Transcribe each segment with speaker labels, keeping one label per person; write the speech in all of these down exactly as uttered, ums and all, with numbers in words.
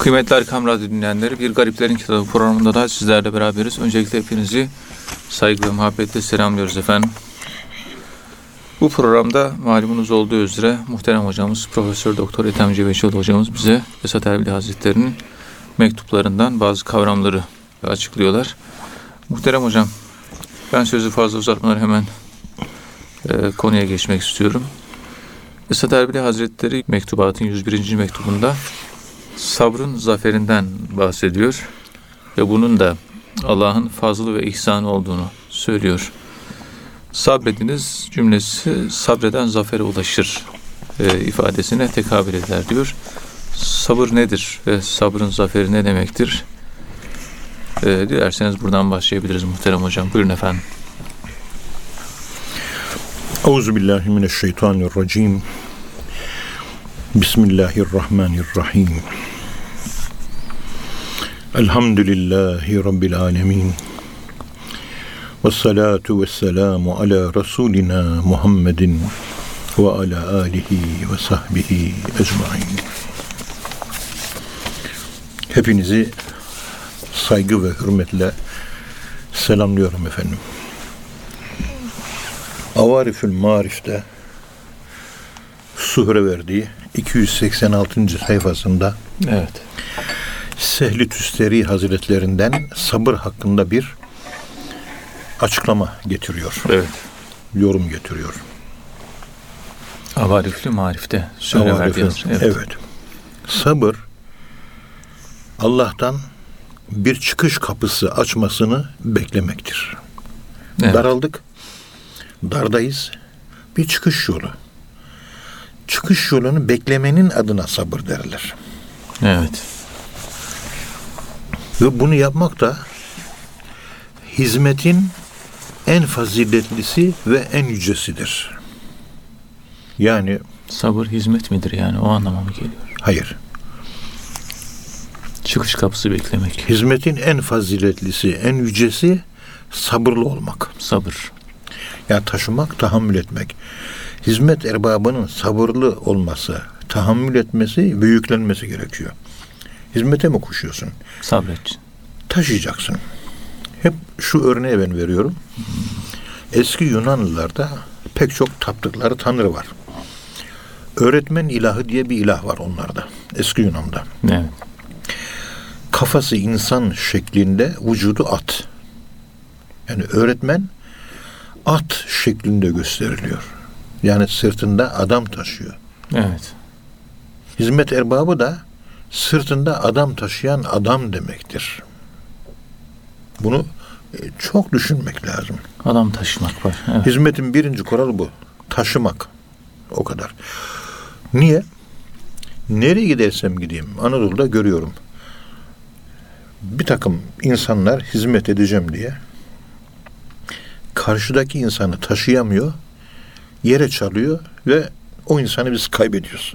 Speaker 1: Kıymetli Erkam Radyo dinleyenleri, Bir Gariplerin Kitabı programında da sizlerle beraberiz. Öncelikle hepinizi saygı ve muhabbetle selamlıyoruz efendim. Bu programda malumunuz olduğu üzere muhterem hocamız Profesör Doktor Ethem Cebecioğlu hocamız bize Esad Erbil Hazretleri'nin mektuplarından bazı kavramları açıklıyorlar. Muhterem hocam, ben sözü fazla uzatmadan hemen e, konuya geçmek istiyorum. Esad Erbil Hazretleri mektubatın yüz birinci mektubunda sabrın zaferinden bahsediyor ve bunun da Allah'ın fazlı ve ihsanı olduğunu söylüyor. Sabrediniz cümlesi sabreden zafere ulaşır e, ifadesine tekabül eder diyor. Sabır nedir ve sabrın zaferi ne demektir? E, dilerseniz buradan başlayabiliriz muhterem hocam. Buyurun efendim.
Speaker 2: Euzubillahimineşşeytanirracim. Bismillahirrahmanirrahim. Elhamdülillahi Rabbil alemin. Vessalatu vesselamu ala Resulina Muhammedin ve ala alihi ve sahbihi ecmain. Hepinizi saygı ve hürmetle selamlıyorum efendim. Avarifül Marif'te Suhreverdi iki yüz seksen altıncı sayfasında
Speaker 1: evet.
Speaker 2: Sehl-i Tüsteri Hazretlerinden sabır hakkında bir açıklama getiriyor.
Speaker 1: Evet.
Speaker 2: Yorum getiriyor.
Speaker 1: Avarifli Marif'te Suhreverdi.
Speaker 2: Evet. evet. Sabır Allah'tan bir çıkış kapısı açmasını beklemektir. Evet. Daraldık. Dardayız. Bir çıkış yolu. Çıkış yolunu beklemenin adına sabır derler.
Speaker 1: Evet.
Speaker 2: Ve bunu yapmak da hizmetin en faziletlisi ve en yücesidir. Yani
Speaker 1: sabır hizmet midir yani? O anlama mı geliyor?
Speaker 2: Hayır.
Speaker 1: Çıkış kapısı beklemek.
Speaker 2: Hizmetin en faziletlisi, en yücesi sabırlı olmak.
Speaker 1: Sabır.
Speaker 2: Yani taşımak, tahammül etmek. Hizmet erbabının sabırlı olması, tahammül etmesi ve yüklenmesi gerekiyor. Hizmete mi koşuyorsun?
Speaker 1: Sabret.
Speaker 2: Taşıyacaksın. Hep şu örneği ben veriyorum. Eski Yunanlılarda pek çok taptıkları tanrı var. Öğretmen ilahı diye bir ilah var onlarda. Eski Yunan'da.
Speaker 1: Evet.
Speaker 2: Kafası insan şeklinde, vücudu at. Yani öğretmen at şeklinde gösteriliyor. Yani sırtında adam taşıyor.
Speaker 1: Evet.
Speaker 2: Hizmet erbabı da sırtında adam taşıyan adam demektir. Bunu çok düşünmek lazım.
Speaker 1: Adam taşımak var. Evet.
Speaker 2: Hizmetin birinci kuralı bu. Taşımak. O kadar. Niye? Nereye gidersem gideyim Anadolu'da görüyorum. Bir takım insanlar hizmet edeceğim diye karşıdaki insanı taşıyamıyor, yere çalıyor ve o insanı biz kaybediyoruz.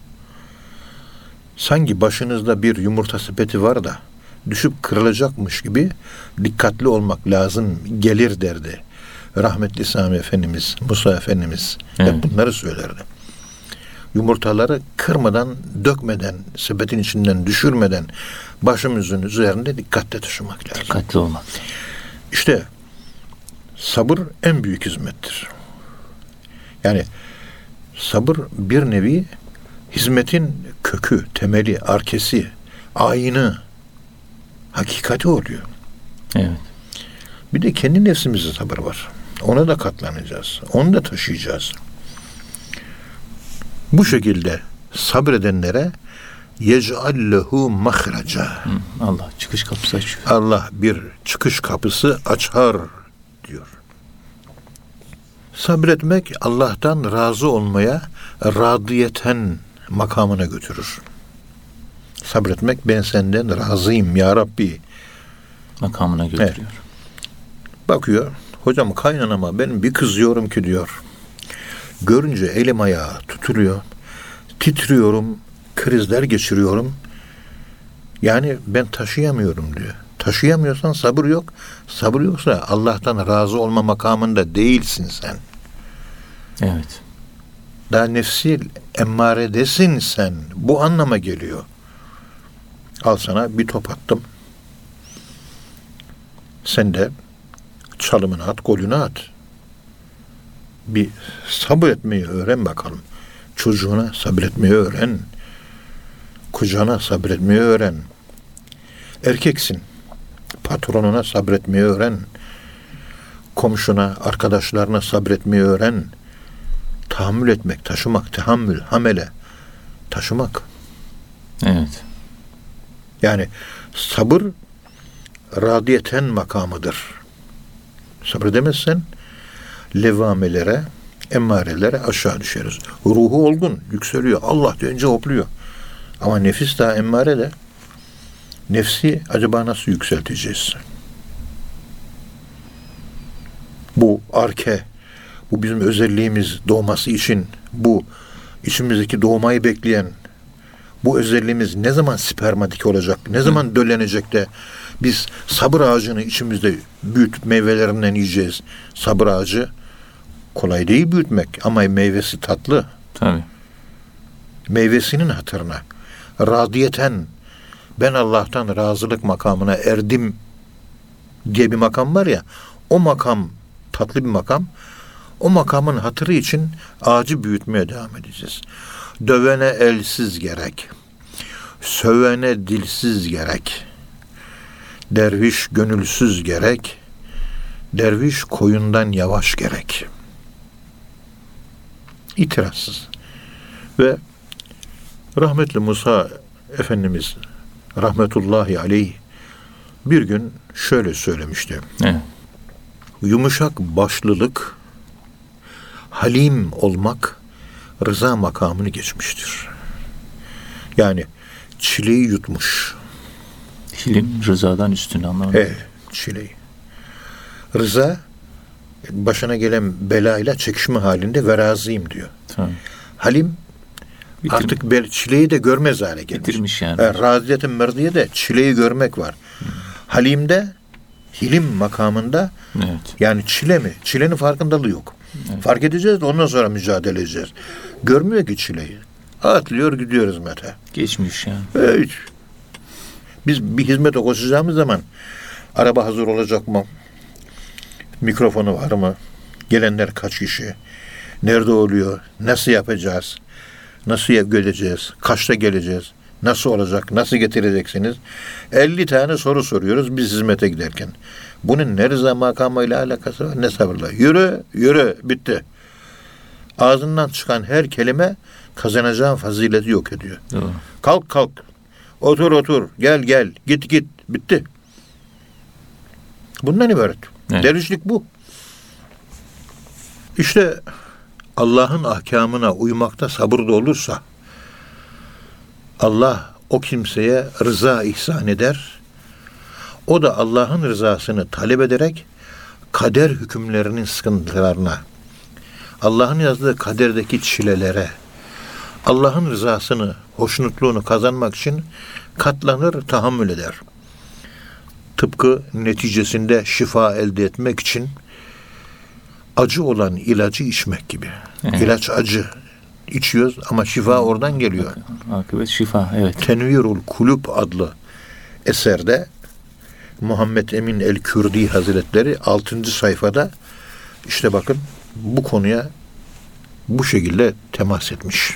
Speaker 2: Sanki başınızda bir yumurta sepeti var da düşüp kırılacakmış gibi dikkatli olmak lazım gelir derdi. Rahmetli Sami Efendimiz, Musa Efendimiz evet. hep bunları söylerdi. Yumurtaları kırmadan, dökmeden, sepetin içinden düşürmeden başımızın üzerinde dikkatle taşımak lazım.
Speaker 1: Dikkatli olmak.
Speaker 2: İşte sabır en büyük hizmettir. Yani sabır bir nevi hizmetin kökü, temeli, arkesi, ayını, hakikati oluyor.
Speaker 1: Evet.
Speaker 2: Bir de kendi nefsimizde sabır var. Ona da katlanacağız. Onu da taşıyacağız. Bu şekilde sabredenlere yec'allehu mahraca.
Speaker 1: Allah çıkış kapısı açıyor.
Speaker 2: Allah bir çıkış kapısı açar diyor. Sabretmek Allah'tan razı olmaya radiyeten makamına götürür. Sabretmek ben senden razıyım ya Rabbi
Speaker 1: makamına götürüyor.
Speaker 2: Evet. Bakıyor hocam kaynanama ben bir kızıyorum ki diyor. Görünce elim ayağı tutuluyor. Titriyorum, krizler geçiriyorum. Yani ben taşıyamıyorum diyor. Taşıyamıyorsan sabır yok. Sabır yoksa Allah'tan razı olma makamında değilsin sen.
Speaker 1: Evet.
Speaker 2: Daha nefsi emmaredesin sen. Bu anlama geliyor. Al sana bir top attım. Sen de çalımını at, golünü at. Bir sabretmeyi öğren bakalım. Çocuğuna sabretmeyi öğren. Kocana sabretmeyi öğren. Erkeksin. Patronuna sabretmeyi öğren. Komşuna, arkadaşlarına sabretmeyi öğren. Tahammül etmek, taşımak, tahammül, hamele. Taşımak.
Speaker 1: Evet.
Speaker 2: Yani sabır radiyeten makamıdır. Sabredemezsen levamelere, emmarelere aşağı düşeriz. Ruhu olgun, yükseliyor. Allah önce hopluyor. Ama nefis daha emmare de. Nefsi acaba nasıl yükselteceğiz? Bu arke, bu bizim özelliğimiz doğması için, bu içimizdeki doğmayı bekleyen, bu özelliğimiz ne zaman spermatik olacak, ne zaman Hı. döllenecek de biz sabır ağacını içimizde büyütüp meyvelerinden yiyeceğiz. Sabır ağacı kolay değil büyütmek ama meyvesi tatlı.
Speaker 1: Tabii.
Speaker 2: Meyvesinin hatırına, radiyeten, ben Allah'tan razılık makamına erdim diye bir makam var ya, o makam tatlı bir makam. O makamın hatırı için ağacı büyütmeye devam edeceğiz. Dövene elsiz gerek, sövene dilsiz gerek, derviş gönülsüz gerek, derviş koyundan yavaş gerek. İtirazsız. Ve rahmetli Musa Efendimiz rahmetullahi aleyh bir gün şöyle söylemişti.
Speaker 1: Evet.
Speaker 2: Yumuşak başlılık, halim olmak rıza makamını geçmiştir. Yani çileyi yutmuş.
Speaker 1: Hilim rızadan üstün anlamında.
Speaker 2: Evet, çileyi. Rıza başına gelen belayla çekişme halinde ve razıyım diyor.
Speaker 1: Tamam.
Speaker 2: Halim
Speaker 1: Bitirmiş.
Speaker 2: artık bel, çileyi de görmez hale gelmiş.
Speaker 1: Bitirmiş yani.
Speaker 2: yani Raziyetin merdiye de çileyi görmek var. Hmm. Halimde, hilim makamında
Speaker 1: evet.
Speaker 2: yani çile mi? Çilenin farkındalığı yok. Evet. Fark edeceğiz de ondan sonra mücadele edeceğiz. Görmüyor ki çileyi. Atlıyor gidiyoruz Mete.
Speaker 1: Geçmiş yani.
Speaker 2: Evet. Biz bir hizmete koşacağımız zaman araba hazır olacak mı? Mikrofonu var mı? Gelenler kaç kişi? Nerede oluyor? Nasıl yapacağız? Nasıl göreceğiz? Kaçta geleceğiz? Nasıl olacak? Nasıl getireceksiniz? elli tane soru soruyoruz biz hizmete giderken. Bunun ne rıza makamıyla alakası var? Ne sabırla? Yürü, yürü, bitti. Ağzından çıkan her kelime kazanacağın fazileti yok ediyor.
Speaker 1: Doğru.
Speaker 2: Kalk, kalk. Otur, otur. Gel, gel. Git, git. Bitti. Bundan ibaret. Evet. Dervişlik bu. İşte Allah'ın ahkamına uymakta sabır da olursa Allah o kimseye rıza ihsan eder. O da Allah'ın rızasını talep ederek kader hükümlerinin sıkıntılarına, Allah'ın yazdığı kaderdeki çilelere, Allah'ın rızasını, hoşnutluğunu kazanmak için katlanır, tahammül eder. Tıpkı neticesinde şifa elde etmek için acı olan ilacı içmek gibi. Evet. İlaç acı. İçiyoruz ama şifa oradan geliyor.
Speaker 1: Akıbet şifa, evet.
Speaker 2: Tenvirul Kulub adlı eserde Muhammed Emin el-Kürdi Hazretleri altıncı sayfada işte bakın bu konuya bu şekilde temas etmiş.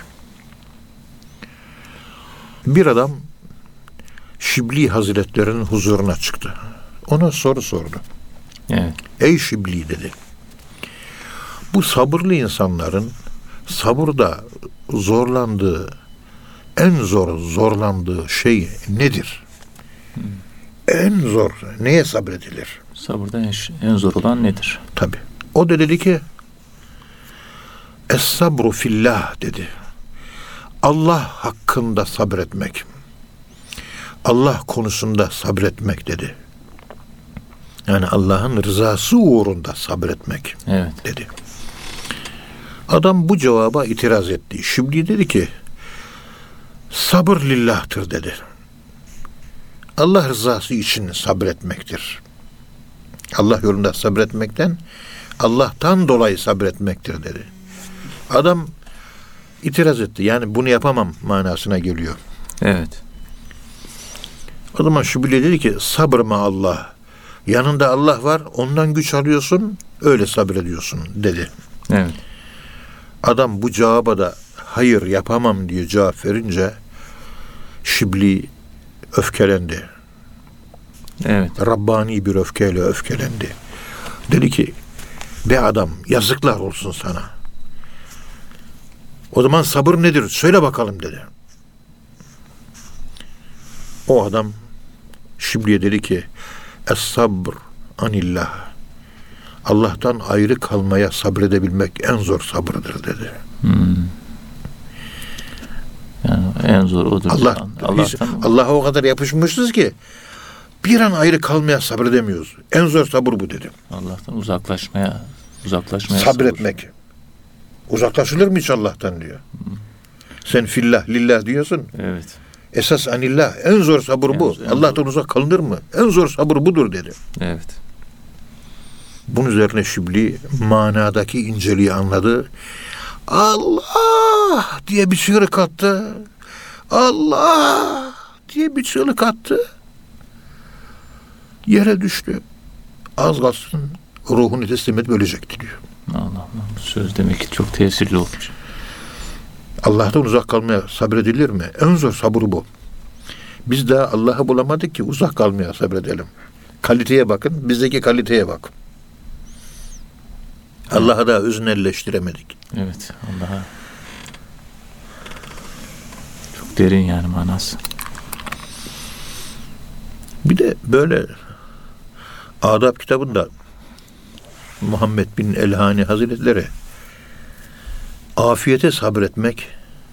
Speaker 2: Bir adam Şibli Hazretlerinin huzuruna çıktı. Ona soru sordu.
Speaker 1: Evet.
Speaker 2: Ey Şibli dedi. Bu sabırlı insanların sabırda zorlandığı, en zor zorlandığı şey nedir? Hmm. En zor neye sabredilir?
Speaker 1: Sabırda en, en zor olan nedir?
Speaker 2: Tabii. O da dedi ki Es-sabru fillah dedi. Allah hakkında sabretmek. Allah konusunda sabretmek dedi. Yani Allah'ın rızası uğrunda sabretmek
Speaker 1: evet.
Speaker 2: dedi. Adam bu cevaba itiraz etti. Şimdi dedi ki sabır lillahtır dedi. Allah rızası için sabretmektir. Allah yolunda sabretmekten Allah'tan dolayı sabretmektir dedi. Adam itiraz etti. Yani bunu yapamam manasına geliyor.
Speaker 1: Evet.
Speaker 2: O zaman Şibli dedi ki sabır ma Allah. Yanında Allah var, ondan güç alıyorsun, öyle sabrediyorsun dedi.
Speaker 1: Evet.
Speaker 2: Adam bu cevaba da hayır yapamam diye cevap verince Şibli öfkelendi.
Speaker 1: Evet.
Speaker 2: Rabbani bir öfkeyle öfkelendi. Dedi ki be adam yazıklar olsun sana. O zaman sabır nedir? Söyle bakalım dedi. O adam Şibli'ye dedi ki Es-sabr anillah. Allah'tan ayrı kalmaya sabredebilmek en zor sabırdır dedi.
Speaker 1: Hmm. Yani en zor odur.
Speaker 2: Allah,
Speaker 1: Allah'tan
Speaker 2: Allah'a o kadar yapışmışız ki bir an ayrı kalmaya sabredemiyoruz. En zor sabır bu dedi.
Speaker 1: Allah'tan uzaklaşmaya uzaklaşmaya
Speaker 2: Sabretmek. Sabır. Uzaklaşılır mı hiç Allah'tan diyor. Hmm. Sen fillah lillah diyorsun.
Speaker 1: Evet.
Speaker 2: Esas anillah. En zor sabır en bu. Zor, Allah'tan zor. Uzak kalınır mı? En zor sabır budur dedi.
Speaker 1: Evet.
Speaker 2: Bunun üzerine Şibli manadaki inceliği anladı. Allah diye bir çığlık attı. Allah diye bir çığlık attı. Yere düştü. Az kalsın ruhunu teslim edip ölecekti diyor.
Speaker 1: Allah Allah. Bu söz demek ki çok tesirli olmuş.
Speaker 2: Allah'tan uzak kalmaya sabredilir mi? En zor sabır bu. Biz daha Allah'ı bulamadık ki uzak kalmaya sabredelim. Kaliteye bakın, bizdeki kaliteye bak. Allah'a da öznelleştiremedik.
Speaker 1: Evet, Allah'a çok derin yani manası.
Speaker 2: Bir de böyle Adab kitabında Muhammed bin Elhani Hazretleri afiyete sabretmek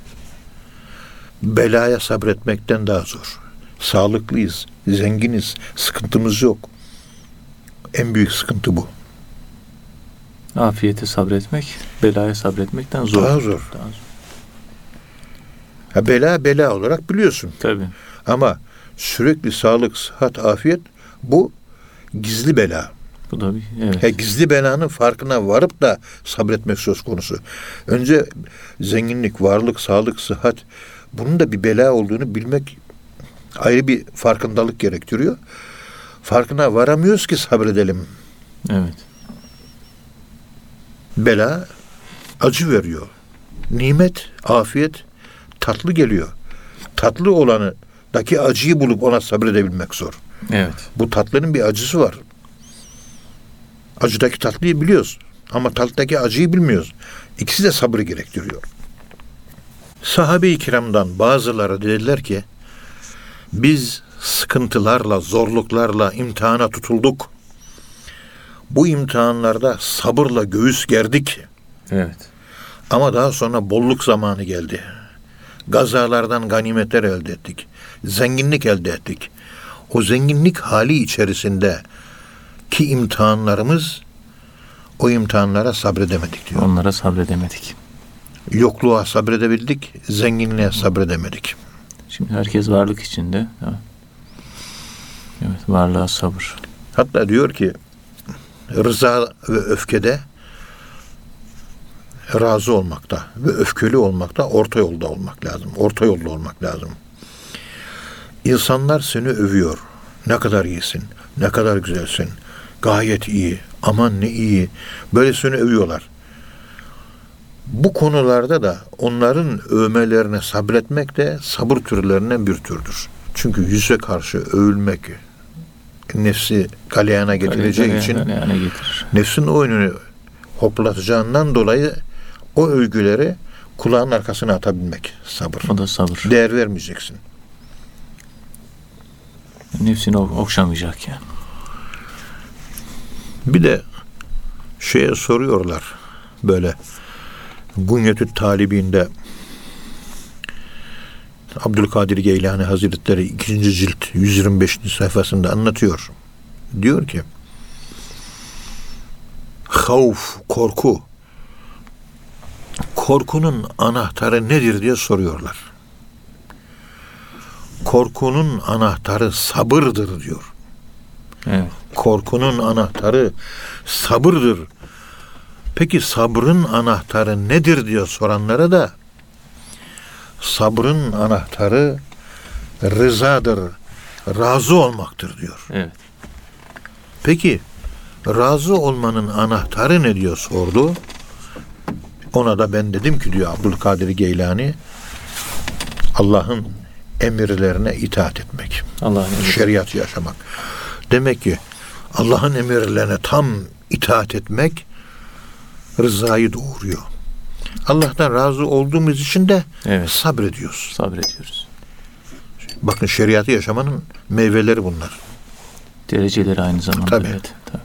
Speaker 2: belaya sabretmekten daha zor. Sağlıklıyız, zenginiz, sıkıntımız yok. En büyük sıkıntı bu.
Speaker 1: Afiyete sabretmek, belaya sabretmekten zor.
Speaker 2: Daha zor.
Speaker 1: Daha zor.
Speaker 2: Ha, bela bela olarak biliyorsun.
Speaker 1: Tabii.
Speaker 2: Ama sürekli sağlık, sıhhat, afiyet bu gizli bela.
Speaker 1: Bu da bir, evet.
Speaker 2: Ha, gizli belanın farkına varıp da sabretmek söz konusu. Önce zenginlik, varlık, sağlık, sıhhat bunun da bir bela olduğunu bilmek ayrı bir farkındalık gerektiriyor. Farkına varamıyoruz ki sabredelim.
Speaker 1: Evet.
Speaker 2: Bela acı veriyor. Nimet, afiyet tatlı geliyor. Tatlı olanı daki acıyı bulup ona sabredebilmek zor.
Speaker 1: Evet.
Speaker 2: Bu tatlının bir acısı var. Acıdaki tatlıyı biliyoruz. Ama tatlıdaki acıyı bilmiyoruz. İkisi de sabrı gerektiriyor. Sahabe-i kiramdan bazıları dediler ki biz sıkıntılarla, zorluklarla imtihana tutulduk. Bu imtihanlarda sabırla göğüs gerdik.
Speaker 1: Evet.
Speaker 2: Ama daha sonra bolluk zamanı geldi. Gazalardan ganimetler elde ettik. Zenginlik elde ettik. O zenginlik hali içerisinde ki imtihanlarımız o imtihanlara sabredemedik diyor.
Speaker 1: Onlara sabredemedik.
Speaker 2: Yokluğa sabredebildik, zenginliğe sabredemedik.
Speaker 1: Şimdi herkes varlık içinde. Evet, evet varlığa sabır.
Speaker 2: Hatta diyor ki rıza ve öfkede razı olmakta ve öfkeli olmakta orta yolda olmak lazım. Orta yolda olmak lazım. İnsanlar seni övüyor. Ne kadar iyisin, ne kadar güzelsin, gayet iyi, aman ne iyi. Böyle seni övüyorlar. Bu konularda da onların övmelerine sabretmek de sabır türlerinden bir türdür. Çünkü yüze karşı övülmek nefsi galeyana getireceği
Speaker 1: Galeyana,
Speaker 2: için
Speaker 1: galeyana getirir.
Speaker 2: Nefsin oyununu hoplatacağından dolayı o övgüleri kulağın arkasına atabilmek sabır.
Speaker 1: O da sabır.
Speaker 2: Değer vermeyeceksin.
Speaker 1: Nefsini okşamayacak yani.
Speaker 2: Bir de şeye soruyorlar böyle Gunyetü Talibinde Abdülkadir Geylani Hazretleri ikinci cilt yüz yirmi beşinci sayfasında anlatıyor. Diyor ki havf, korku. Korkunun anahtarı nedir diye soruyorlar. Korkunun anahtarı sabırdır diyor.
Speaker 1: Evet.
Speaker 2: Korkunun anahtarı sabırdır. Peki sabrın anahtarı nedir diye soranlara da sabrın anahtarı rızadır. razı olmaktır diyor.
Speaker 1: Evet.
Speaker 2: Peki razı olmanın anahtarı ne diyor sordu. Ona da ben dedim ki diyor Abdülkadir Geylani, Allah'ın emirlerine itaat etmek.
Speaker 1: Allah'ın emri.
Speaker 2: Şeriatı yaşamak. Demek ki Allah'ın emirlerine tam itaat etmek rızayı doğuruyor. Allah'tan razı olduğumuz için de
Speaker 1: Evet.
Speaker 2: sabrediyoruz.
Speaker 1: Sabrediyoruz.
Speaker 2: Bakın şeriatı yaşamanın meyveleri bunlar.
Speaker 1: Dereceleri aynı zamanda.
Speaker 2: Tabii.
Speaker 1: Evet. Tabii.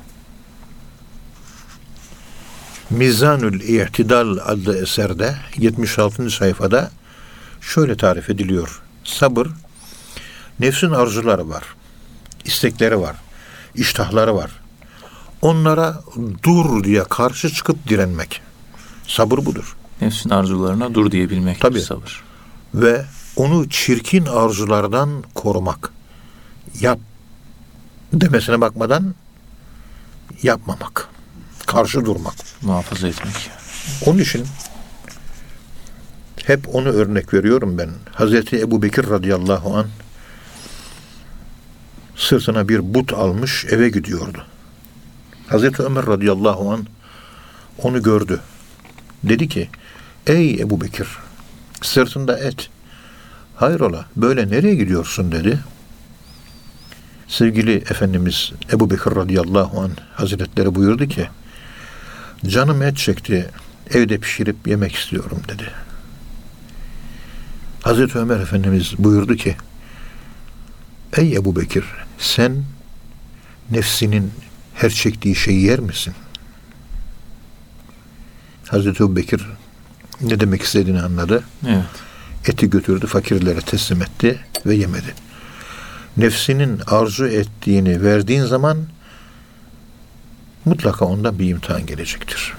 Speaker 2: Mizanül İ'tidal adlı eserde yetmiş altıncı sayfada şöyle tarif ediliyor. Sabır, nefsin arzuları var, istekleri var, iştahları var. Onlara dur diye karşı çıkıp direnmek. Sabır budur.
Speaker 1: Nefsin arzularına dur diyebilmek.
Speaker 2: Tabii.
Speaker 1: Sabır.
Speaker 2: Ve onu çirkin arzulardan korumak. Yap demesine bakmadan yapmamak. Karşı durmak.
Speaker 1: Muhafaza etmek.
Speaker 2: Onun için hep onu örnek veriyorum ben. Hazreti Ebubekir radıyallahu anh sırtına bir but almış eve gidiyordu. Hazreti Ömer radıyallahu anh onu gördü. Dedi ki, ey Ebubekir, sırtında et. Hayrola, böyle nereye gidiyorsun dedi. Sevgili Efendimiz Ebubekir radıyallahu anh hazretleri buyurdu ki, canım et çekti, evde pişirip yemek istiyorum dedi. Hazreti Ömer Efendimiz buyurdu ki, ey Ebubekir, sen nefsinin her çektiği şeyi yer misin? Hazreti Ebubekir ne demek istediğini anladı.
Speaker 1: Evet.
Speaker 2: Eti götürdü, fakirlere teslim etti ve yemedi. Nefsinin arzu ettiğini verdiğin zaman mutlaka ondan bir imtihan gelecektir.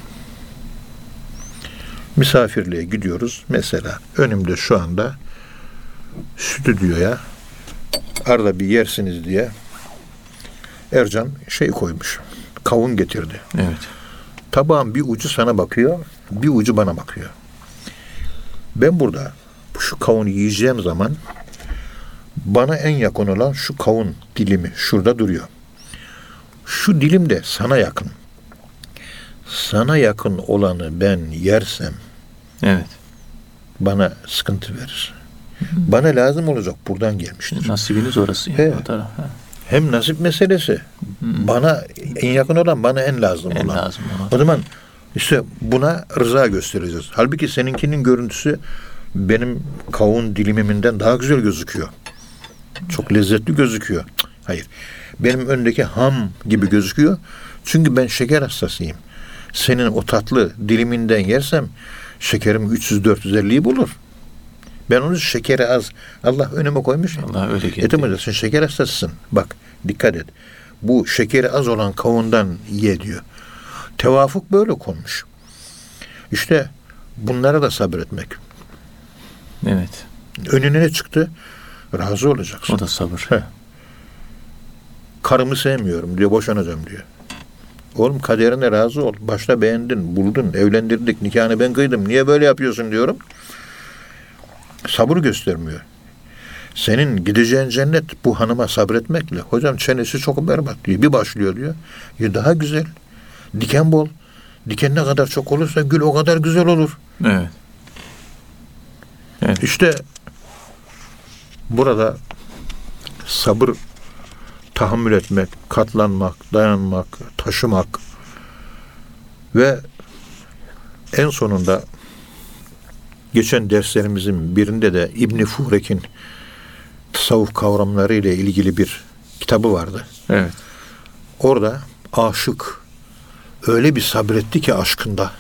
Speaker 2: Misafirliğe gidiyoruz. Mesela önümde şu anda stüdyoya arada bir yersiniz diye Ercan şey koymuş. Kavun getirdi.
Speaker 1: Evet.
Speaker 2: Tabağın bir ucu sana bakıyor, bir ucu bana bakıyor. Ben burada şu kavunu yiyeceğim zaman bana en yakın olan şu kavun dilimi şurada duruyor. Şu dilim de sana yakın. Sana yakın olanı ben yersem
Speaker 1: Evet.
Speaker 2: bana sıkıntı verir. Bana lazım olacak buradan gelmiştir.
Speaker 1: Nasibiniz orası. Yani.
Speaker 2: Evet.
Speaker 1: O taraf. Ha.
Speaker 2: Hem nasip meselesi. Bana en yakın olan bana en lazım
Speaker 1: En
Speaker 2: olan.
Speaker 1: lazım olan.
Speaker 2: O zaman işte buna rıza göstereceğiz. Halbuki seninkinin görüntüsü benim kavun dilimimden daha güzel gözüküyor. Çok lezzetli gözüküyor. Cık, hayır. Benim öndeki ham gibi gözüküyor. Çünkü ben şeker hastasıyım. Senin o tatlı diliminden yersem şekerim üç yüz dört yüz elliyi bulur. Ben onu şekeri az. Allah önüme koymuş.
Speaker 1: Allah öyle geldi.
Speaker 2: Etim hocam sen şeker hastasısın. Bak dikkat et. Bu şekeri az olan kavundan ye diyor. Tevafuk böyle konmuş. İşte bunlara da sabretmek.
Speaker 1: Evet.
Speaker 2: Önüne ne çıktı? Razı olacaksın.
Speaker 1: O da sabır.
Speaker 2: Heh. Karımı sevmiyorum diyor, boşanacağım diyor. Oğlum kaderine razı ol. Başta beğendin, buldun, evlendirdik, nikahını ben kıydım. Niye böyle yapıyorsun diyorum. Sabır göstermiyor. Senin gideceğin cennet bu hanıma sabretmekle. Hocam çenesi çok berbat diyor. Bir başlıyor diyor. Ya daha güzel. Diken bol. Diken ne kadar çok olursa gül o kadar güzel olur.
Speaker 1: Evet. Evet.
Speaker 2: İşte burada sabır, tahammül etmek, katlanmak, dayanmak, taşımak ve en sonunda geçen derslerimizin birinde de İbn Furek'in tasavvuf kavramları ile ilgili bir kitabı vardı.
Speaker 1: Evet.
Speaker 2: Orada aşık öyle bir sabretti ki aşkında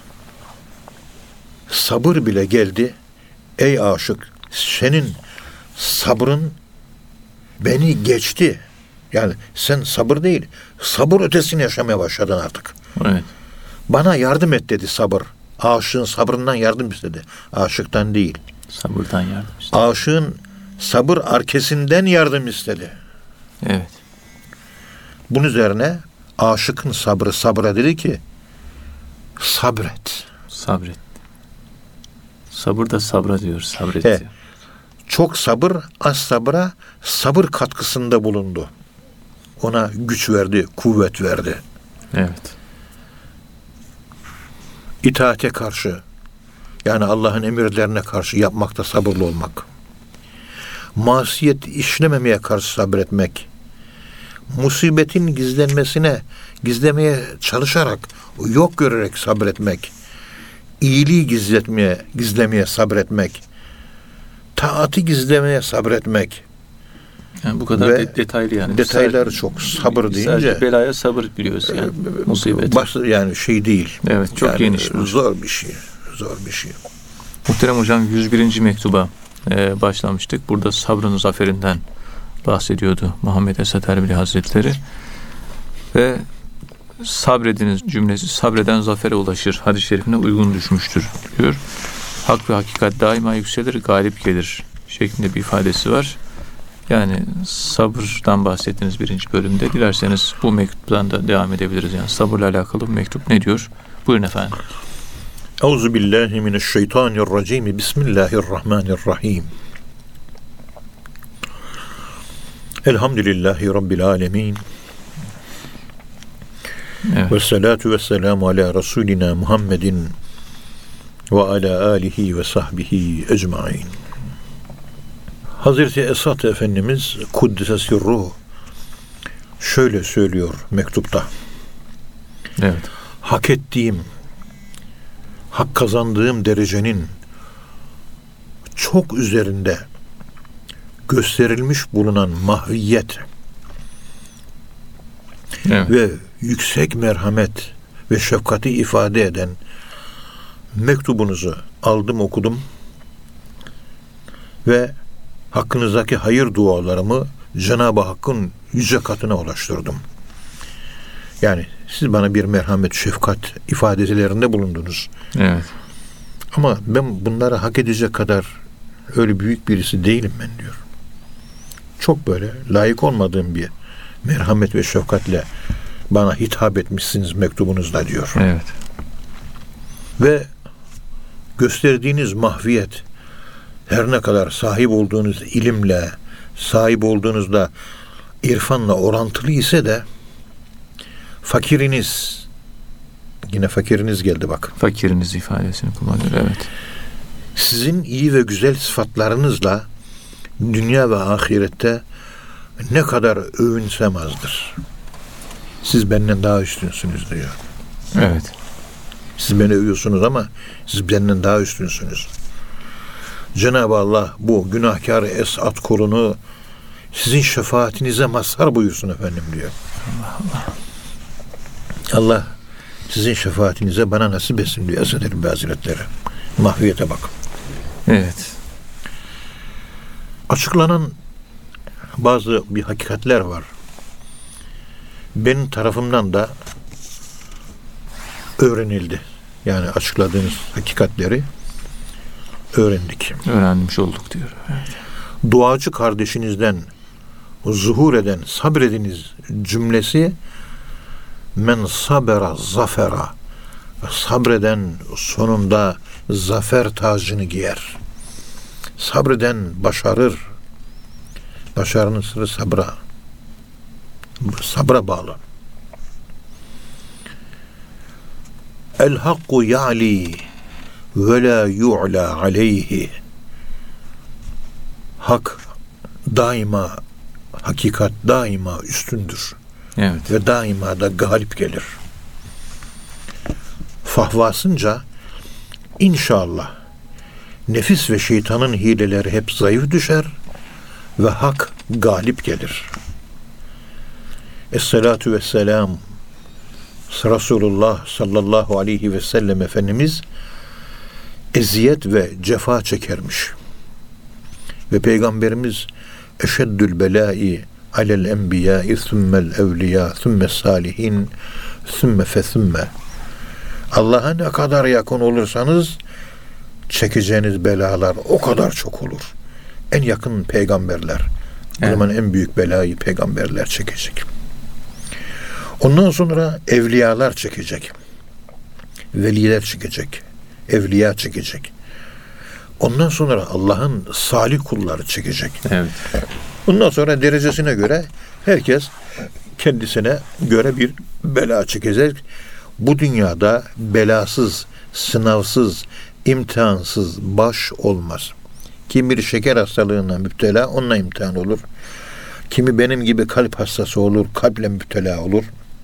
Speaker 2: sabır bile geldi. Ey aşık, senin sabrın beni geçti. Yani sen sabır değil, sabır ötesini yaşamaya başladın artık.
Speaker 1: Evet.
Speaker 2: Bana yardım et dedi sabır. Aşığın sabrından yardım istedi. Aşıktan değil.
Speaker 1: Sabırdan yardım işte.
Speaker 2: Aşığın sabır arkesinden yardım istedi.
Speaker 1: Evet.
Speaker 2: Bunun üzerine aşıkın sabrı sabra dedi ki sabret.
Speaker 1: Sabret. Sabır da sabra diyor. Sabret
Speaker 2: He.
Speaker 1: diyor.
Speaker 2: çok sabır, az sabıra sabır katkısında bulundu. Ona güç verdi, kuvvet verdi.
Speaker 1: Evet.
Speaker 2: İtaate karşı, yani Allah'ın emirlerine karşı yapmakta sabırlı olmak. Masiyet işlememeye karşı sabretmek. Musibetin gizlenmesine, gizlemeye çalışarak, yok görerek sabretmek. İyiliği gizletmeye, gizlemeye sabretmek. Taati gizlemeye sabretmek.
Speaker 1: Yani bu kadar
Speaker 2: Ve
Speaker 1: de- detaylı yani.
Speaker 2: detayları
Speaker 1: Sadece-
Speaker 2: çok sabır deyince.
Speaker 1: Sadece belaya sabır biliyoruz yani. Musibet.
Speaker 2: Bas, yani şey değil.
Speaker 1: Evet, çok
Speaker 2: yani
Speaker 1: geniş.
Speaker 2: Zor bir şey. Zor bir şey.
Speaker 1: Muhterem hocam, yüz birinci mektuba e, başlamıştık. Burada sabrın zaferinden bahsediyordu Muhammed Esad Erbili Hazretleri. Ve sabrediniz cümlesi sabreden zafere ulaşır hadis-i şerifine uygun düşmüştür diyor. Hak ve hakikat daima yükselir, galip gelir şeklinde bir ifadesi var. Yani sabırdan bahsettiğiniz birinci bölümde. Dilerseniz bu mektuptan da devam edebiliriz. Yani sabırla alakalı bir mektup ne diyor? Buyurun efendim.
Speaker 2: Euzubillahimineşşeytanirracim. Bismillahirrahmanirrahim. Elhamdülillahi Rabbil alemin.
Speaker 1: Evet.
Speaker 2: Ve salatu ve selamu ala Resulina Muhammedin ve ala alihi ve sahbihi ecmain. Hazreti Esad Efendimiz Kuddise Sirruh şöyle söylüyor mektupta.
Speaker 1: Evet.
Speaker 2: Hak ettiğim, hak kazandığım derecenin çok üzerinde gösterilmiş bulunan mahviyet
Speaker 1: Evet.
Speaker 2: ve yüksek merhamet ve şefkati ifade eden mektubunuzu aldım, okudum ve hakkınızdaki hayır dualarımı Cenab-ı Hakk'ın yüce katına ulaştırdım. Yani siz bana bir merhamet, şefkat ifadelerinde bulundunuz.
Speaker 1: Evet.
Speaker 2: Ama ben bunları hak edecek kadar öyle büyük birisi değilim ben diyor. Çok böyle layık olmadığım bir merhamet ve şefkatle bana hitap etmişsiniz mektubunuzda diyor.
Speaker 1: Evet.
Speaker 2: Ve gösterdiğiniz mahviyet her ne kadar sahip olduğunuz ilimle, sahip olduğunuzda irfanla orantılı ise de fakiriniz, yine fakiriniz geldi bak.
Speaker 1: Fakiriniz ifadesini kullanıyor. Evet.
Speaker 2: Sizin iyi ve güzel sıfatlarınızla dünya ve ahirette ne kadar övünsem azdır. Siz benden daha üstünsünüz diyor.
Speaker 1: Evet.
Speaker 2: Siz beni övüyorsunuz ama siz benden daha üstünsünüz. Cenab-ı Allah bu günahkar Esad kulunu sizin şefaatinize mazhar buyursun efendim diyor.
Speaker 1: Allah Allah.
Speaker 2: Allah sizin şefaatinize bana nasip etsin diyor Esad Erbil Hazretleri. Mahviyete bak.
Speaker 1: Evet.
Speaker 2: Açıklanan bazı bir hakikatler var. Benim tarafımdan da öğrenildi. Yani açıkladığınız hakikatleri öğrendik.
Speaker 1: Öğrenmiş olduk diyor. Evet.
Speaker 2: Duacı kardeşinizden zuhur eden sabrediniz cümlesi men sabera zafera, sabreden sonunda zafer tacını giyer. Sabreden başarır. Başarının sırrı sabra. Sabra bağlı. El hakku ya'li ve la yu'la aleyhi. Hak daima, hakikat daima üstündür.
Speaker 1: Evet.
Speaker 2: Ve daima da galip gelir. Fahvasınca inşallah nefis ve şeytanın hileleri hep zayıf düşer ve hak galip gelir. Esselatu vesselam Resulullah sallallahu aleyhi ve sellem Efendimiz eziyet ve cefa çekermiş. Ve Peygamberimiz eşeddül belâi alel enbiyâi thummel evliyâ thummes salihin thumme fethümme. Allah'a ne kadar yakın olursanız çekeceğiniz belalar o kadar çok olur. En yakın peygamberler. O
Speaker 1: Evet.
Speaker 2: zaman en büyük belayı peygamberler çekecek. Ondan sonra evliyalar çekecek. Veliler çekecek. Evliya çekecek. Ondan sonra Allah'ın salih kulları çekecek.
Speaker 1: Evet.
Speaker 2: Bundan sonra derecesine göre herkes kendisine göre bir bela çekecek. Bu dünyada belasız, sınavsız, imtihansız baş olmaz. Kimi bir şeker hastalığına müptela, onunla imtihan olur. Kimi benim gibi kalp hastası olur, kalple müptela olur.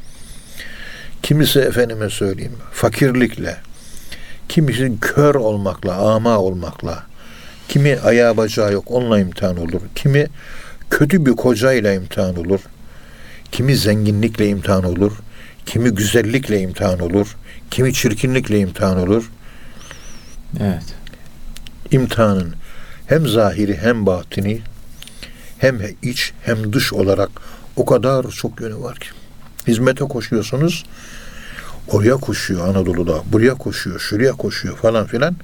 Speaker 2: Kimisi efendime söyleyeyim, fakirlikle, kimisi kör olmakla, ama olmakla, kimi ayağı bacağı yok, onunla imtihan olur. Kimi kötü bir kocayla imtihan olur. Kimi zenginlikle imtihan olur. Kimi güzellikle imtihan olur. Kimi çirkinlikle imtihan olur.
Speaker 1: Evet.
Speaker 2: İmtihanın hem zahiri hem batini, hem iç hem dış olarak o kadar çok yönü var ki. Hizmete koşuyorsunuz, oraya koşuyor Anadolu'da, buraya koşuyor, şuraya koşuyor falan filan.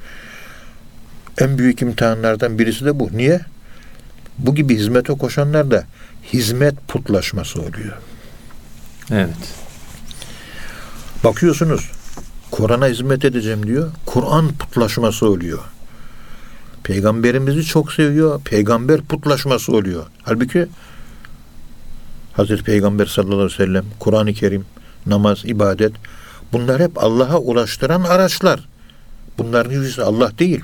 Speaker 2: En büyük imtihanlardan birisi de bu. Niye? Bu gibi hizmete koşanlar da hizmet putlaşması oluyor.
Speaker 1: Evet.
Speaker 2: Bakıyorsunuz, Kur'an'a hizmet edeceğim diyor, Kur'an putlaşması oluyor. Peygamberimizi çok seviyor, peygamber putlaşması oluyor. Halbuki Hazreti Peygamber sallallahu aleyhi ve sellem, Kur'an-ı Kerim, namaz, ibadet, bunlar hep Allah'a ulaştıran araçlar. Bunların yüzü Allah değil.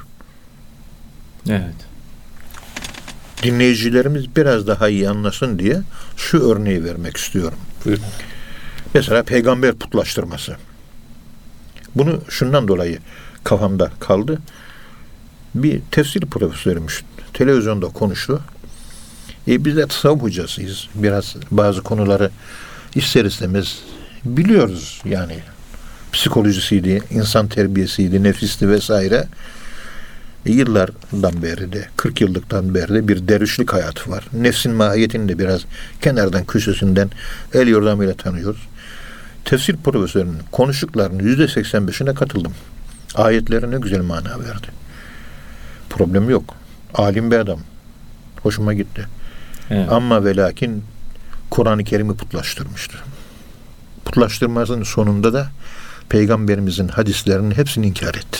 Speaker 1: Evet.
Speaker 2: Dinleyicilerimiz biraz daha iyi anlasın diye şu örneği vermek istiyorum.
Speaker 1: Buyurun.
Speaker 2: Mesela peygamber putlaştırması. Bunu şundan dolayı kafamda kaldı. Bir tefsir profesörümüş televizyonda konuştu. E biz de tasavvuf hocasıyız. Biraz bazı konuları ister istemez biliyoruz yani. Psikolojisiydi, insan terbiyesiydi, nefisti vesaire. E yıllardan beri de, kırk yıllıktan beri de bir dervişlik hayatı var. Nefsin mahiyetini de biraz kenardan, köşesinden el yordamıyla tanıyoruz. Tefsir profesörünün konuştuklarının yüzde seksen beşine katıldım. Ayetleri ne güzel mana verdi. Problem yok. Alim bir adam. Hoşuma gitti.
Speaker 1: Evet.
Speaker 2: Ama ve lakin Kur'an-ı Kerim'i putlaştırmıştı. Putlaştırmasının sonunda da Peygamberimizin hadislerinin hepsini inkar etti.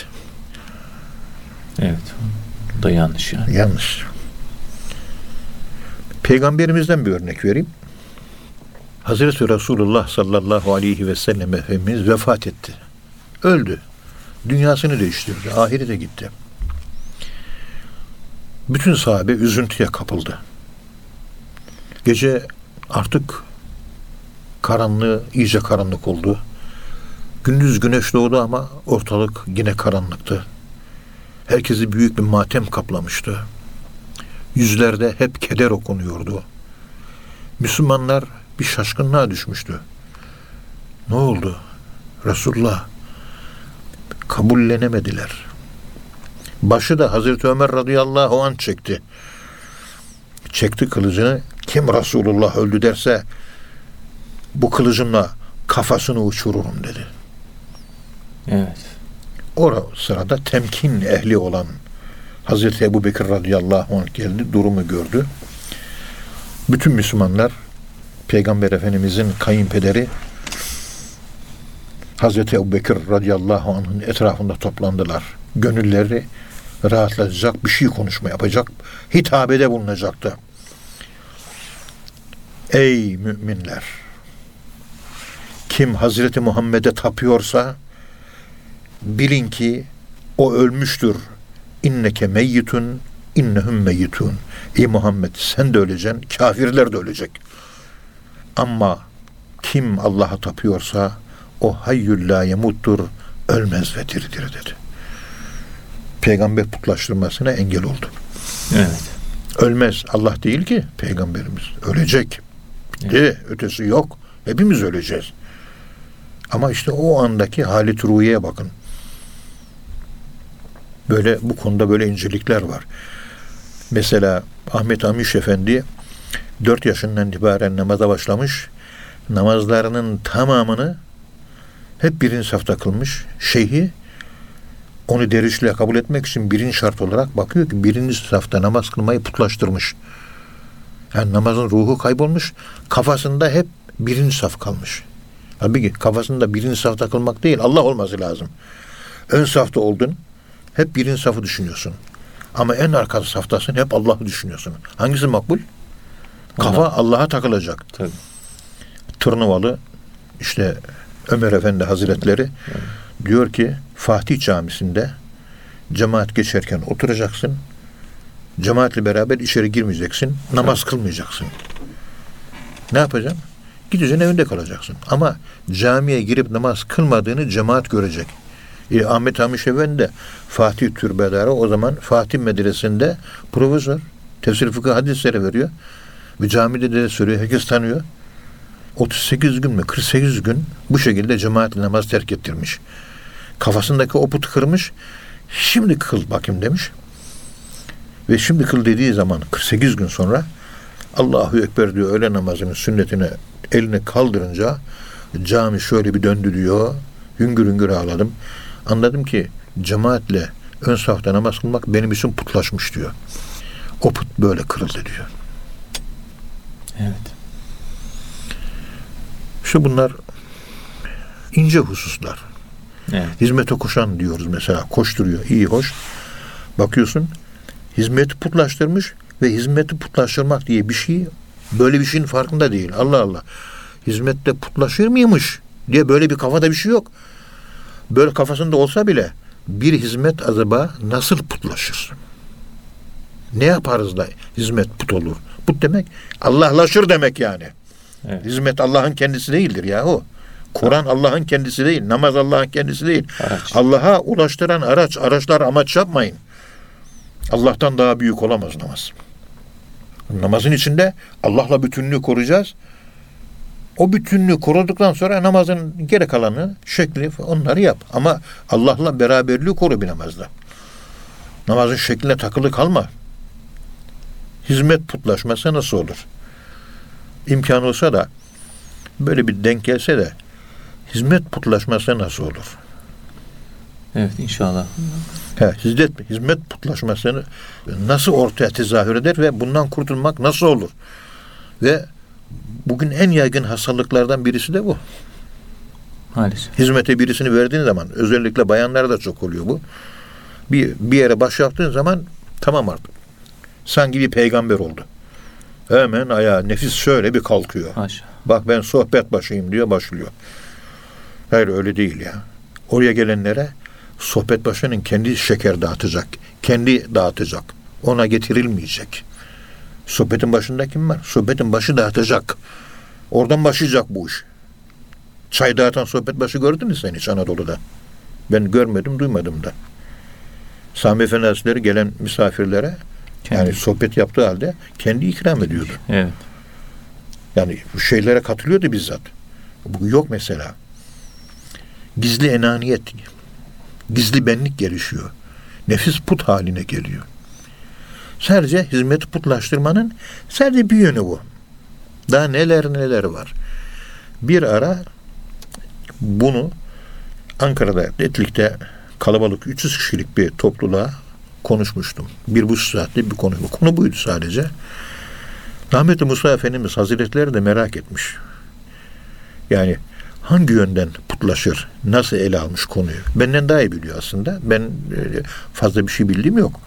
Speaker 1: Evet. Bu da yanlış yani.
Speaker 2: Yanlış. Peygamberimizden bir örnek vereyim. Hazreti Resulullah sallallahu aleyhi ve sellem Efendimiz vefat etti. Öldü. Dünyasını değiştirdi. Ahirete gitti. Bütün sahabe üzüntüye kapıldı. Gece artık karanlığı iyice karanlık oldu. Gündüz güneş doğdu ama ortalık yine karanlıktı. Herkesi büyük bir matem kaplamıştı. Yüzlerde hep keder okunuyordu. Müslümanlar bir şaşkınlığa düşmüştü. Ne oldu? Resulullah kabullenemediler. Başı da Hazreti Ömer radıyallahu anh çekti. Çekti kılıcını. Kim Resulullah öldü derse bu kılıcımla kafasını uçururum dedi.
Speaker 1: Evet.
Speaker 2: O sırada temkin ehli olan Hazreti Ebubekir radıyallahu anh geldi, durumu gördü. Bütün Müslümanlar Peygamber Efendimizin kayınpederi Hazreti Ebubekir radıyallahu anh'ın etrafında toplandılar. Gönülleri rahatlatacak bir şey konuşma yapacak, hitabede bulunacaktı. Ey müminler! Kim Hazreti Muhammed'e tapıyorsa bilin ki o ölmüştür. İnneke meyyitun, innehum meyyitun. Ey Muhammed sen de öleceksin, kafirler de ölecek. Ama kim Allah'a tapıyorsa o hayyul la yemuttur, ölmez ve diridir dedi. Peygamber putlaştırmasına engel oldu.
Speaker 1: Evet.
Speaker 2: Ölmez. Allah değil ki Peygamberimiz. Ölecek.
Speaker 1: Evet.
Speaker 2: De, ötesi yok. Hepimiz öleceğiz. Ama işte o andaki halit ruhiyeye bakın. Böyle bu konuda böyle incelikler var. Mesela Ahmet Amiş Efendi dört yaşından itibaren namaza başlamış. Namazlarının tamamını hep birinci safta kılmış. Şeyhi onu dervişliğe kabul etmek için birinci şart olarak bakıyor ki birinci safta namaz kılmayı putlaştırmış. Yani namazın ruhu kaybolmuş. Kafasında hep birinci saf kalmış. Halbuki kafasında birinci safta kılmak değil, Allah olması lazım. Ön safta oldun. Hep birinci safı düşünüyorsun. Ama en arka saftasın, hep Allah'ı düşünüyorsun. Hangisi makbul? Kafa
Speaker 1: Allah.
Speaker 2: Allah'a takılacak.
Speaker 1: Tabii.
Speaker 2: Tırnıvalı işte Ömer Efendi Hazretleri
Speaker 1: Evet.
Speaker 2: diyor ki Fatih Camisi'nde cemaat geçerken oturacaksın. Cemaatle beraber içeri girmeyeceksin. Namaz kılmayacaksın. Ne yapacaksın? Gideceksin, evinde kalacaksın. Ama camiye girip namaz kılmadığını cemaat görecek. E, Ahmet Hamiş Efendi de Fatih Türbedarı, o zaman Fatih Medresesi'nde profesör. Tefsir fıkıh hadisleri veriyor. Ve camide de söylüyor. Herkes tanıyor. otuz sekiz gün mü? kırk sekiz gün bu şekilde cemaatle namaz terk ettirmiş. Kafasındaki o putu kırmış. Şimdi kıl bakayım demiş. Ve şimdi kıl dediği zaman kırk sekiz gün sonra Allahu Ekber diyor, öğle namazının sünnetine elini kaldırınca cami şöyle bir döndü diyor. Hüngür hüngür ağladım. Anladım ki cemaatle ön safta namaz kılmak benim için putlaşmış diyor. O put böyle kırıldı diyor.
Speaker 1: Evet.
Speaker 2: Şu bunlar ince hususlar.
Speaker 1: Evet.
Speaker 2: Hizmete koşan diyoruz mesela. Koşturuyor. İyi, hoş. Bakıyorsun hizmeti putlaştırmış ve hizmeti putlaştırmak diye bir şey, böyle bir şeyin farkında değil. Allah Allah. Hizmette putlaşır mıymış diye böyle bir kafada bir şey yok. Böyle kafasında olsa bile bir hizmet acaba nasıl putlaşır? Ne yaparız da hizmet put olur? Put demek Allah'laşır demek yani.
Speaker 1: Evet.
Speaker 2: Hizmet Allah'ın kendisi değildir yahu. Kur'an Allah'ın kendisi değil. Namaz Allah'ın kendisi değil.
Speaker 1: Araç.
Speaker 2: Allah'a ulaştıran araç. Araçlar amaç yapmayın. Allah'tan daha büyük olamaz namaz. Namazın içinde Allah'la bütünlüğü koruyacağız. O bütünlüğü koruduktan sonra namazın geri kalanı, şekli, onları yap. Ama Allah'la beraberliği koru bir namazda. Namazın şekline takılı kalma. Hizmet putlaşması nasıl olur? İmkan olsa da böyle bir denk gelse de hizmet putlaşması nasıl olur?
Speaker 1: Evet, inşallah.
Speaker 2: He, hizmet, hizmet putlaşmasını nasıl ortaya tezahür eder ve bundan kurtulmak nasıl olur? Ve bugün en yaygın hastalıklardan birisi de bu.
Speaker 1: Maalesef.
Speaker 2: Hizmete birisini verdiğin zaman, özellikle bayanlarda da çok oluyor bu. Bir, bir yere baş yaptığın zaman tamam artık. Sanki bir peygamber oldu. Hemen ayağa nefis şöyle bir kalkıyor.
Speaker 1: Haşa.
Speaker 2: Bak ben sohbet başıyım diyor, başlıyor. Hayır, öyle değil ya. Oraya gelenlere sohbet başının kendi şeker dağıtacak. Kendi dağıtacak. Ona getirilmeyecek. Sohbetin başında kim var? Sohbetin başı dağıtacak. Oradan başlayacak bu iş. Çay dağıtan sohbet başı gördün mü sen hiç Anadolu'da? Ben görmedim, duymadım da. Sami Efendi Hazretleri gelen misafirlere
Speaker 1: Kendi.
Speaker 2: yani sohbet yaptığı halde kendi ikram ediyordu.
Speaker 1: Evet.
Speaker 2: Yani bu şeylere katılıyordu bizzat. Bu yok mesela. Gizli enaniyet, gizli benlik gelişiyor. Nefis put haline geliyor. Sadece hizmeti putlaştırmanın sadece bir yönü bu. Daha neler neler var. Bir ara bunu Ankara'da, Etlik'te kalabalık üç yüz kişilik bir topluluğa konuşmuştum. Bir buçuk saatlik bir konu. Konu buydu sadece. Rahmetli Musa Efendimiz Hazretleri de merak etmiş. Yani hangi yönden putlaşır, nasıl ele almış konuyu? Benden daha iyi biliyor aslında. Ben fazla bir şey bildiğim yok.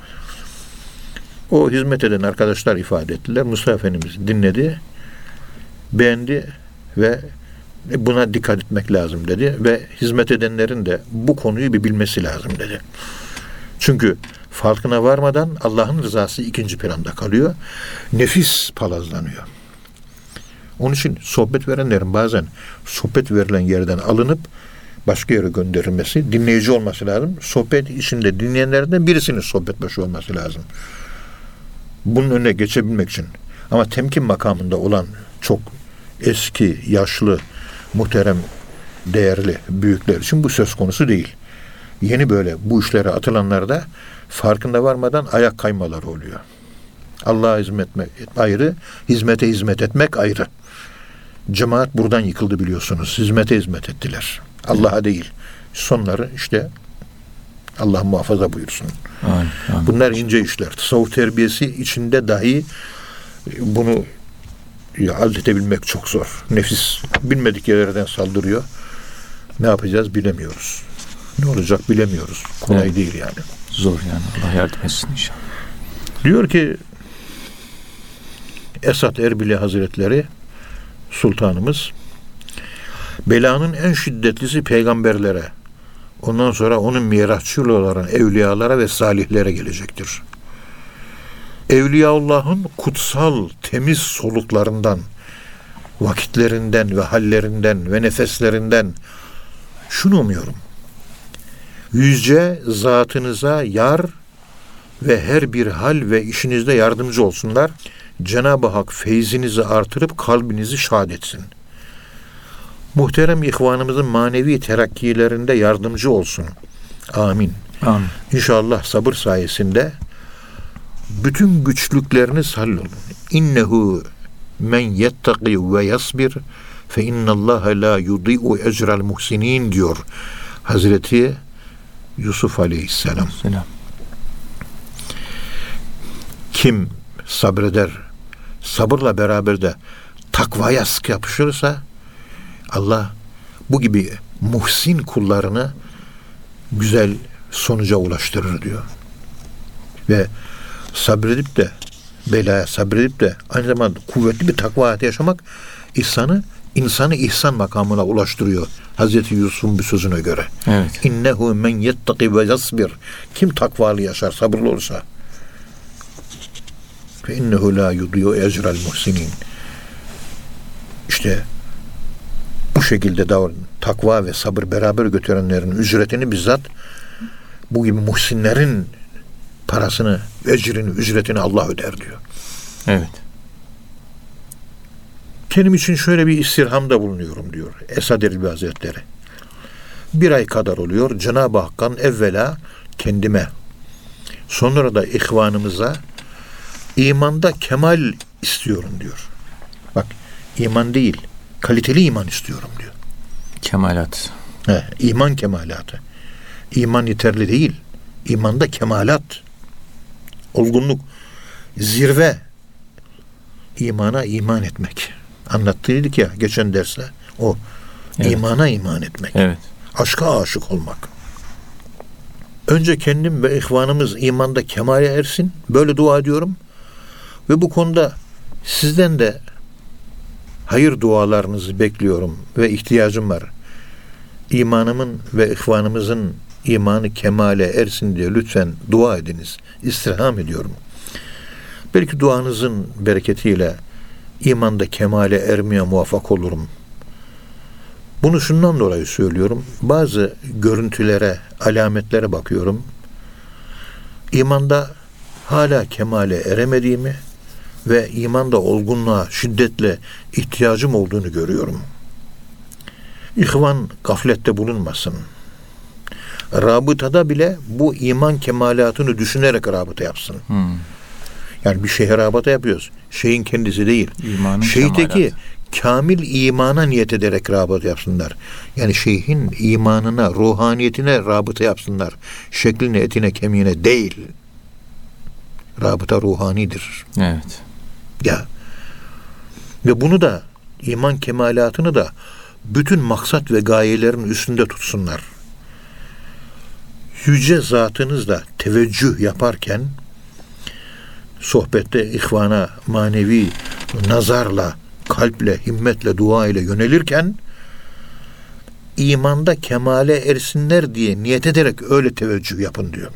Speaker 2: O hizmet eden arkadaşlar ifade ettiler. Musa Efendimiz dinledi, beğendi ve buna dikkat etmek lazım dedi ve hizmet edenlerin de bu konuyu bir bilmesi lazım dedi. Çünkü farkına varmadan Allah'ın rızası ikinci planda kalıyor. Nefis palazlanıyor. Onun için sohbet verenlerin bazen sohbet verilen yerden alınıp başka yere gönderilmesi, dinleyici olması lazım. Sohbet içinde dinleyenlerden birisinin sohbet başı olması lazım. Bunun önüne geçebilmek için. Ama temkin makamında olan çok eski, yaşlı, muhterem, değerli büyükler için bu söz konusu değil. Yeni böyle bu işlere atılanlarda farkında varmadan ayak kaymaları oluyor. Allah'a hizmet etmek ayrı, hizmete hizmet etmek ayrı. Cemaat buradan yıkıldı biliyorsunuz. Hizmete hizmet ettiler. Allah'a değil. Sonları işte Allah muhafaza buyursun.
Speaker 1: Amin, amin.
Speaker 2: Bunlar ince işler. Tasavvuf terbiyesi içinde dahi bunu halledebilmek çok zor. Nefis bilmedik yerlerden saldırıyor. Ne yapacağız bilemiyoruz. Ne olacak bilemiyoruz. Kolay
Speaker 1: Evet.
Speaker 2: değil yani.
Speaker 1: Zor yani. Allah yardım etsin inşallah.
Speaker 2: Diyor ki Esad Erbili Hazretleri Sultanımız, belanın en şiddetlisi peygamberlere, ondan sonra onun mirasçıları olan evliyalara ve salihlere gelecektir. Evliyaullah'ın kutsal, temiz soluklarından, vakitlerinden ve hallerinden ve nefeslerinden şunu umuyorum. Yüce zatınıza yar ve her bir hal ve işinizde yardımcı olsunlar. Cenab-ı Hak feyzinizi artırıp kalbinizi şad etsin. Muhterem ihvanımızın manevi terakkilerinde yardımcı olsun. Amin.
Speaker 1: Amin.
Speaker 2: İnşallah sabır sayesinde bütün güçlükleriniz hallolun. İnnehu men yettaki ve yasbir fe innallaha la yudi'u ecrel muhsinin diyor Hazreti Yusuf Aleyhisselam.
Speaker 1: Selam.
Speaker 2: Kim sabreder, sabırla beraber de takvaya sıkı yapışırsa Allah bu gibi muhsin kullarını güzel sonuca ulaştırır diyor. Ve sabredip de belaya sabredip de aynı zamanda kuvvetli bir takva hayatı yaşamak insanı insanı ihsan makamına ulaştırıyor. Hazreti Yusuf'un bir sözüne göre.
Speaker 1: Evet.
Speaker 2: İnnehu men yettaki ve yasbir. Kim takvalı yaşar, sabırlı olursa. Fe innehu la yudiyu ecrel muhsinin. İşte bu şekilde davran, takva ve sabır beraber götürenlerin ücretini bizzat bu gibi muhsinlerin parasını, ecrini, ücretini Allah öder diyor.
Speaker 1: Evet.
Speaker 2: Kendim için şöyle bir istirhamda bulunuyorum diyor Esad Erbil Hazretleri. Bir ay kadar oluyor. Cenab-ı Hakk'tan evvela kendime, sonra da ihvanımıza imanda kemal istiyorum diyor. Bak, iman değil, kaliteli iman istiyorum diyor.
Speaker 1: Kemalat.
Speaker 2: He, iman kemalatı. İman yeterli değil. İmanda kemalat, olgunluk, zirve, imana iman etmek. Anlattıydık ya geçen derste. O
Speaker 1: evet.
Speaker 2: imana iman etmek.
Speaker 1: Evet.
Speaker 2: Aşka aşık olmak. Önce kendim ve ihvanımız imanda kemale ersin. Böyle dua ediyorum. Ve bu konuda sizden de hayır dualarınızı bekliyorum ve ihtiyacım var. İmanımın ve ihvanımızın imanı kemale ersin diye lütfen dua ediniz. İstirham ediyorum. Belki duanızın bereketiyle imanda kemale ermeye muvaffak olurum. Bunu şundan dolayı söylüyorum. Bazı görüntülere, alametlere bakıyorum. İmanda hala kemale eremediğimi ve imanda olgunluğa şiddetle ihtiyacım olduğunu görüyorum. İhvan gaflette bulunmasın. Rabıtada bile bu iman kemalatını düşünerek rabıta yapsın.
Speaker 1: Hmm.
Speaker 2: Yani bir şeyhe rabıta yapıyoruz. Şeyin kendisi değil.
Speaker 1: İmanın
Speaker 2: Şeyhteki
Speaker 1: kemalatı.
Speaker 2: kamil imana niyet ederek rabıta yapsınlar. Yani şeyhin imanına, ruhaniyetine rabıta yapsınlar. Şekline, etine, kemiğine değil. Rabıta ruhanidir.
Speaker 1: Evet.
Speaker 2: Ya. Ve bunu da, iman kemalatını da bütün maksat ve gayelerin üstünde tutsunlar. Yüce zatınızla teveccüh yaparken sohbette ihvana manevi nazarla, kalple, himmetle, dua ile yönelirken imanda kemale ersinler diye niyet ederek öyle teveccüh yapın diyor.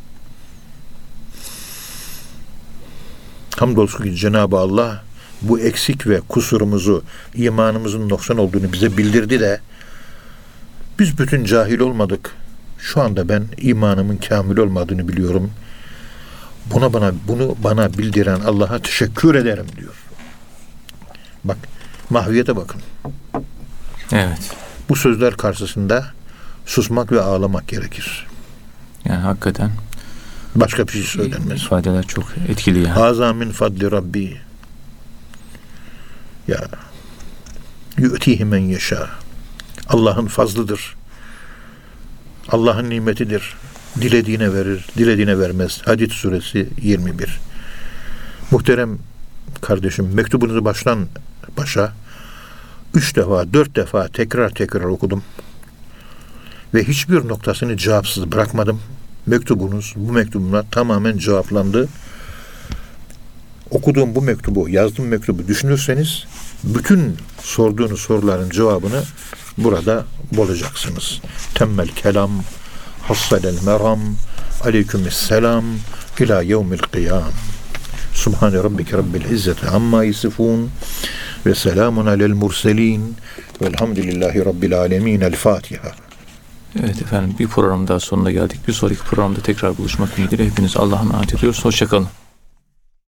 Speaker 2: Hamdolsun ki Cenab-ı Allah bu eksik ve kusurumuzu, imanımızın noksan olduğunu bize bildirdi de biz bütün cahil olmadık. Şu anda ben imanımın kamil olmadığını biliyorum. Buna bana bunu bana bildiren Allah'a teşekkür ederim diyor. Bak, mahviyete bakın.
Speaker 1: Evet.
Speaker 2: Bu sözler karşısında susmak ve ağlamak gerekir.
Speaker 1: Yani hakikaten
Speaker 2: Başka bir şey söylenmez.
Speaker 1: ifadeler çok etkili yani.
Speaker 2: Haza min fadli Rabbi. Ya yu'tihi men yeşâ. Allah'ın fazlıdır. Allah'ın nimetidir. Dilediğine verir, dilediğine vermez. Hadid suresi yirmi bir. Muhterem kardeşim, mektubunuzu baştan başa üç defa, dört defa tekrar tekrar okudum. Ve hiçbir noktasını cevapsız bırakmadım. Mektubunuz, bu mektubumla tamamen cevaplandı. okuduğum bu mektubu, yazdığım mektubu düşünürseniz bütün sorduğunuz soruların cevabını burada bulacaksınız. Temmel kelam, hassalel meram, aleykümselam, ila yevmil kıyam. Subhane rabbike rabbil izzeti amma yasifun ve selamun alel murselin velhamdülillahi rabbil alemin. El Fatiha.
Speaker 1: Evet efendim, bir program daha sonuna geldik. Bir sonraki programda tekrar buluşmak ümidiyle hepiniz Allah'a emanet ediyoruz. Hoşçakalın.